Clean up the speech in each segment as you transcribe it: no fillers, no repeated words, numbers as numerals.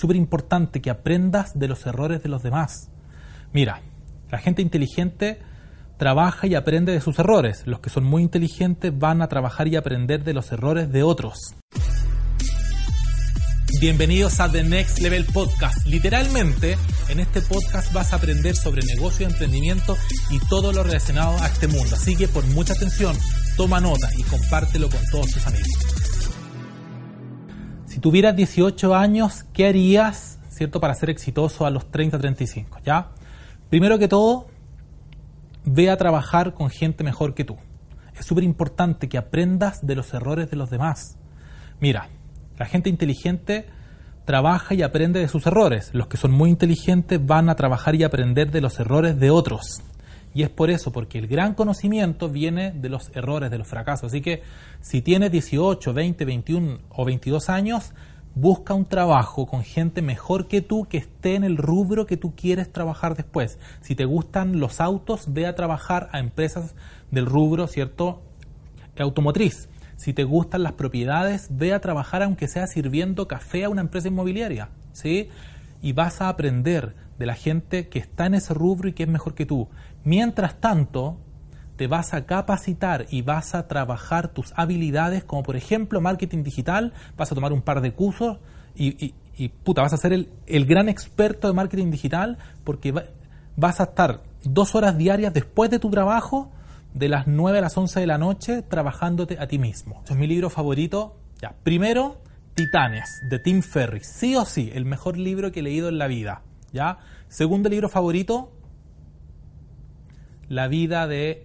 súper importante que aprendas de los errores de los demás. Mira, la gente inteligente trabaja y aprende de sus errores. Los que son muy inteligentes van a trabajar y aprender de los errores de otros. Bienvenidos a The Next Level Podcast. Literalmente, en este podcast vas a aprender sobre negocio, emprendimiento y todo lo relacionado a este mundo. Así que pon mucha atención, toma nota y compártelo con todos tus amigos. Si tuvieras 18 años, ¿qué harías, cierto, para ser exitoso a los 30-35? ¿Ya? Primero que todo, ve a trabajar con gente mejor que tú. Es súper importante que aprendas de los errores de los demás. Mira, la gente inteligente trabaja y aprende de sus errores. Los que son muy inteligentes van a trabajar y aprender de los errores de otros. Y es por eso, porque el gran conocimiento viene de los errores, de los fracasos. Así que si tienes 18, 20, 21 o 22 años, busca un trabajo con gente mejor que tú que esté en el rubro que tú quieres trabajar después. Si te gustan los autos, ve a trabajar a empresas del rubro, ¿cierto?, automotriz. Si te gustan las propiedades, ve a trabajar aunque sea sirviendo café a una empresa inmobiliaria, ¿sí? Y vas a aprender de la gente que está en ese rubro y que es mejor que tú. Mientras tanto, te vas a capacitar y vas a trabajar tus habilidades, como por ejemplo marketing digital. Vas a tomar un par de cursos y vas a ser el gran experto de marketing digital, porque vas a estar 2 horas diarias después de tu trabajo, de las 9 a las 11 de la noche, trabajándote a ti mismo. Es mi libro favorito. Ya. Primero, Titanes, de Tim Ferriss. Sí o sí, el mejor libro que he leído en la vida. ¿Ya? Segundo libro favorito, La vida de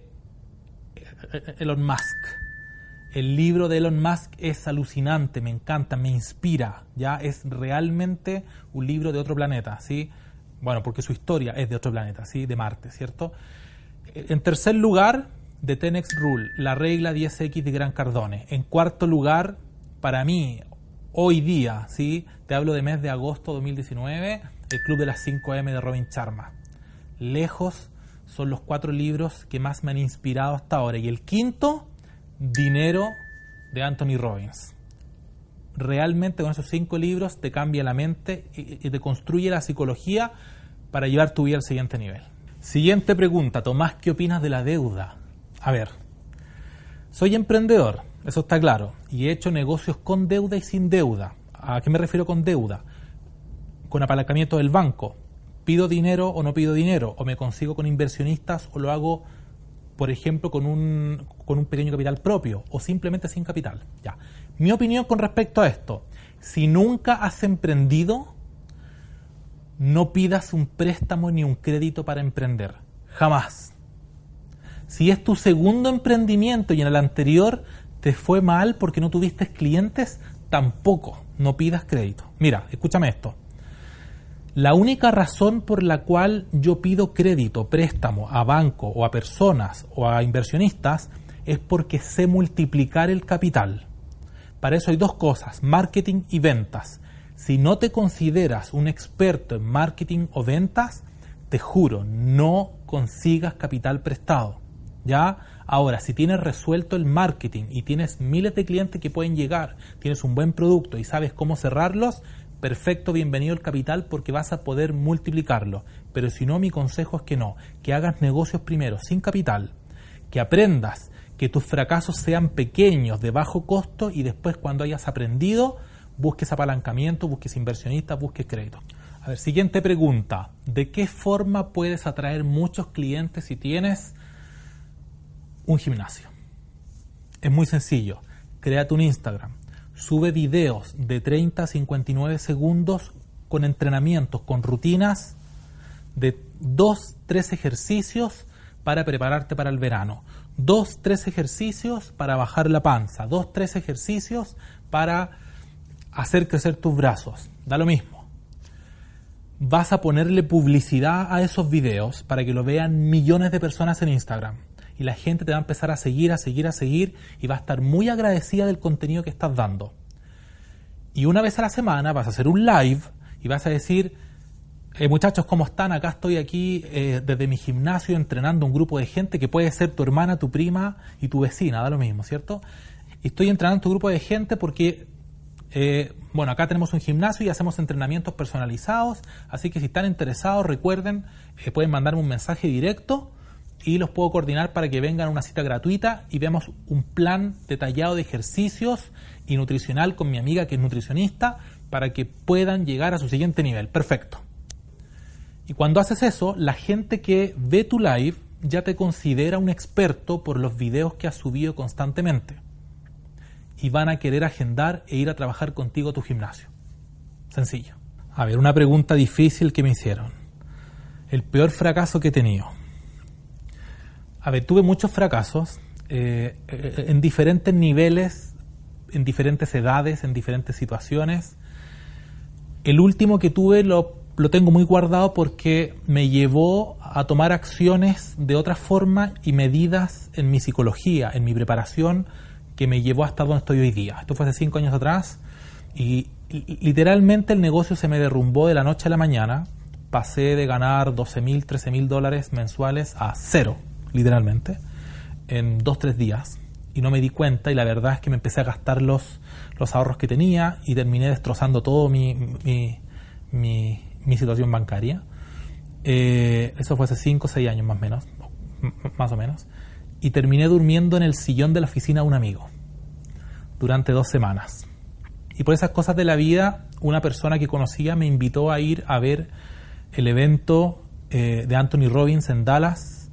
Elon Musk. El libro de Elon Musk es alucinante, me encanta, me inspira. ¿Ya? Es realmente un libro de otro planeta, ¿sí? Bueno, porque su historia es de otro planeta, ¿sí? De Marte, ¿cierto? En tercer lugar, The 10X Rule, la regla 10X de Grant Cardone. En cuarto lugar, para mí, hoy día, ¿sí? Te hablo de mes de agosto de 2019, El Club de las 5M de Robin Sharma. Lejos son los 4 libros que más me han inspirado hasta ahora. Y el quinto, Dinero, de Anthony Robbins. Realmente con esos 5 libros te cambia la mente y te construye la psicología para llevar tu vida al siguiente nivel. Siguiente pregunta, Tomás, ¿qué opinas de la deuda? A ver, soy emprendedor, eso está claro, y he hecho negocios con deuda y sin deuda. ¿A qué me refiero con deuda? Con apalancamiento del banco. ¿Pido dinero o no pido dinero? ¿O me consigo con inversionistas o lo hago, por ejemplo, con un pequeño capital propio? ¿O simplemente sin capital? Ya. Mi opinión con respecto a esto, si nunca has emprendido, no pidas un préstamo ni un crédito para emprender. Jamás. Si es tu segundo emprendimiento y en el anterior te fue mal porque no tuviste clientes, tampoco, no pidas crédito. Mira, escúchame esto. La única razón por la cual yo pido crédito, préstamo a banco o a personas o a inversionistas es porque sé multiplicar el capital. Para eso hay 2 cosas, marketing y ventas. Si no te consideras un experto en marketing o ventas, te juro, no consigas capital prestado. ¿Ya? Ahora, si tienes resuelto el marketing y tienes miles de clientes que pueden llegar, tienes un buen producto y sabes cómo cerrarlos, perfecto, bienvenido al capital porque vas a poder multiplicarlo. Pero si no, mi consejo es que no, que hagas negocios primero sin capital, que aprendas, que tus fracasos sean pequeños, de bajo costo y después cuando hayas aprendido, busques apalancamiento, busques inversionistas, busques crédito. A ver, siguiente pregunta. ¿De qué forma puedes atraer muchos clientes si tienes un gimnasio? Es muy sencillo. Créate un Instagram. Sube videos de 30 a 59 segundos con entrenamientos, con rutinas de 2-3 ejercicios para prepararte para el verano. 2-3 ejercicios para bajar la panza. 2-3 ejercicios para hacer crecer tus brazos. Da lo mismo. Vas a ponerle publicidad a esos videos para que lo vean millones de personas en Instagram. Y la gente te va a empezar a seguir y va a estar muy agradecida del contenido que estás dando. Y una vez a la semana vas a hacer un live y vas a decir, muchachos, ¿cómo están? Acá estoy aquí desde mi gimnasio entrenando un grupo de gente que puede ser tu hermana, tu prima y tu vecina, da lo mismo, ¿cierto? Y estoy entrenando a tu grupo de gente porque Bueno, acá tenemos un gimnasio y hacemos entrenamientos personalizados, así que si están interesados, recuerden, pueden mandarme un mensaje directo y los puedo coordinar para que vengan a una cita gratuita y veamos un plan detallado de ejercicios y nutricional con mi amiga que es nutricionista para que puedan llegar a su siguiente nivel. Perfecto. Y cuando haces eso, la gente que ve tu live ya te considera un experto por los videos que has subido constantemente y van a querer agendar e ir a trabajar contigo a tu gimnasio. Sencillo. A ver, una pregunta difícil que me hicieron. El peor fracaso que he tenido. A ver, tuve muchos fracasos en diferentes niveles, en diferentes edades, en diferentes situaciones. El último que tuve lo tengo muy guardado porque me llevó a tomar acciones de otra forma y medidas en mi psicología, en mi preparación, que me llevó hasta donde estoy hoy día. Esto fue hace 5 años atrás y literalmente el negocio se me derrumbó de la noche a la mañana. Pasé de ganar $12,000, $13,000 mensuales a cero, literalmente, en 2-3 días. Y no me di cuenta y la verdad es que me empecé a gastar los ahorros que tenía y terminé destrozando todo mi situación bancaria. Eso fue hace 5 o 6 años más o menos. Y terminé durmiendo en el sillón de la oficina de un amigo durante 2 semanas. Y por esas cosas de la vida, una persona que conocía me invitó a ir a ver el evento de Anthony Robbins en Dallas,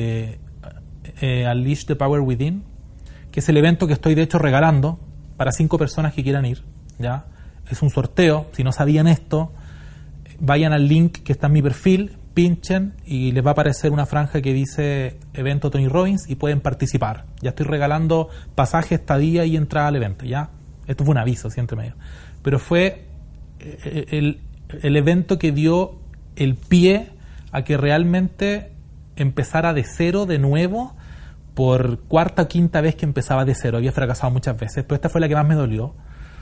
Unleash the Power Within, que es el evento que estoy de hecho regalando para 5 personas que quieran ir. ¿Ya? Es un sorteo. Si no sabían esto, vayan al link que está en mi perfil, pinchen y les va a aparecer una franja que dice evento Tony Robbins y pueden participar. Ya estoy regalando pasaje, estadía y entrada al evento. ¿Ya? Esto fue un aviso, sí, entre medio. Pero fue el evento que dio el pie a que realmente empezara de cero de nuevo por 4ª o 5ª vez que empezaba de cero. Había fracasado muchas veces, pero esta fue la que más me dolió.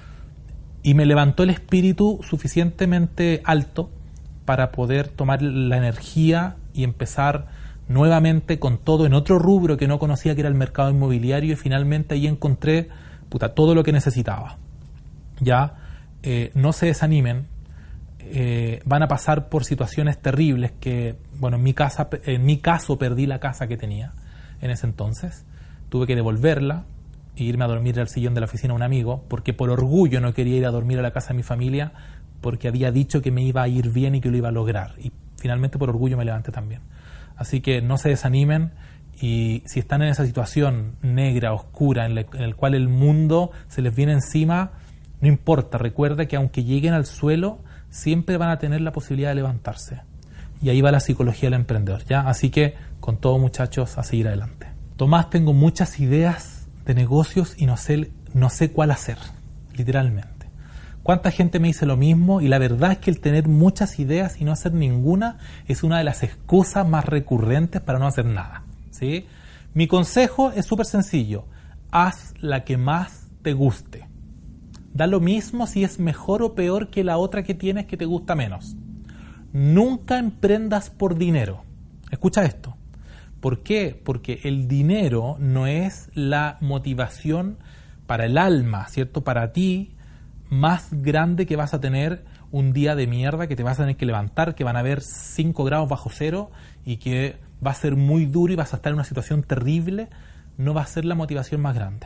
Y me levantó el espíritu suficientemente alto para poder tomar la energía y empezar nuevamente con todo en otro rubro que no conocía, que era el mercado inmobiliario, y finalmente ahí encontré todo lo que necesitaba. Ya, no se desanimen, van a pasar por situaciones terribles que, bueno, en mi caso perdí la casa que tenía en ese entonces, tuve que devolverla e irme a dormir al sillón de la oficina de un amigo, porque por orgullo no quería ir a dormir a la casa de mi familia, porque había dicho que me iba a ir bien y que lo iba a lograr, y finalmente por orgullo me levanté también. Así que no se desanimen, y si están en esa situación negra, oscura, en el cual el mundo se les viene encima, no importa, recuerda que aunque lleguen al suelo, siempre van a tener la posibilidad de levantarse. Y ahí va la psicología del emprendedor, ¿ya? Así que, con todo, muchachos, a seguir adelante. Tomás, tengo muchas ideas de negocios y no sé cuál hacer, literalmente. ¿Cuánta gente me dice lo mismo? Y la verdad es que el tener muchas ideas y no hacer ninguna es una de las excusas más recurrentes para no hacer nada, ¿sí? Mi consejo es súper sencillo. Haz la que más te guste. Da lo mismo si es mejor o peor que la otra que tienes que te gusta menos. Nunca emprendas por dinero. Escucha esto. ¿Por qué? Porque el dinero no es la motivación para el alma, ¿cierto? Para ti, más grande que vas a tener un día de mierda que te vas a tener que levantar, que van a haber 5 grados bajo cero y que va a ser muy duro y vas a estar en una situación terrible. No va a ser la motivación más grande.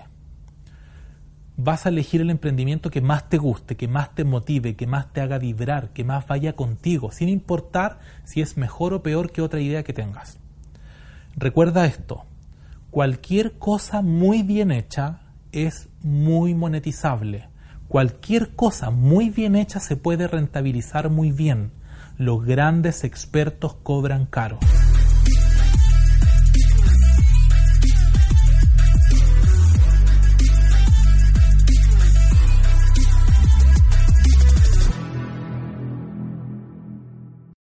Vas a elegir el emprendimiento que más te guste, que más te motive, que más te haga vibrar, que más vaya contigo, sin importar si es mejor o peor que otra idea que tengas. Recuerda esto, cualquier cosa muy bien hecha es muy monetizable. Cualquier cosa muy bien hecha se puede rentabilizar muy bien. Los grandes expertos cobran caro.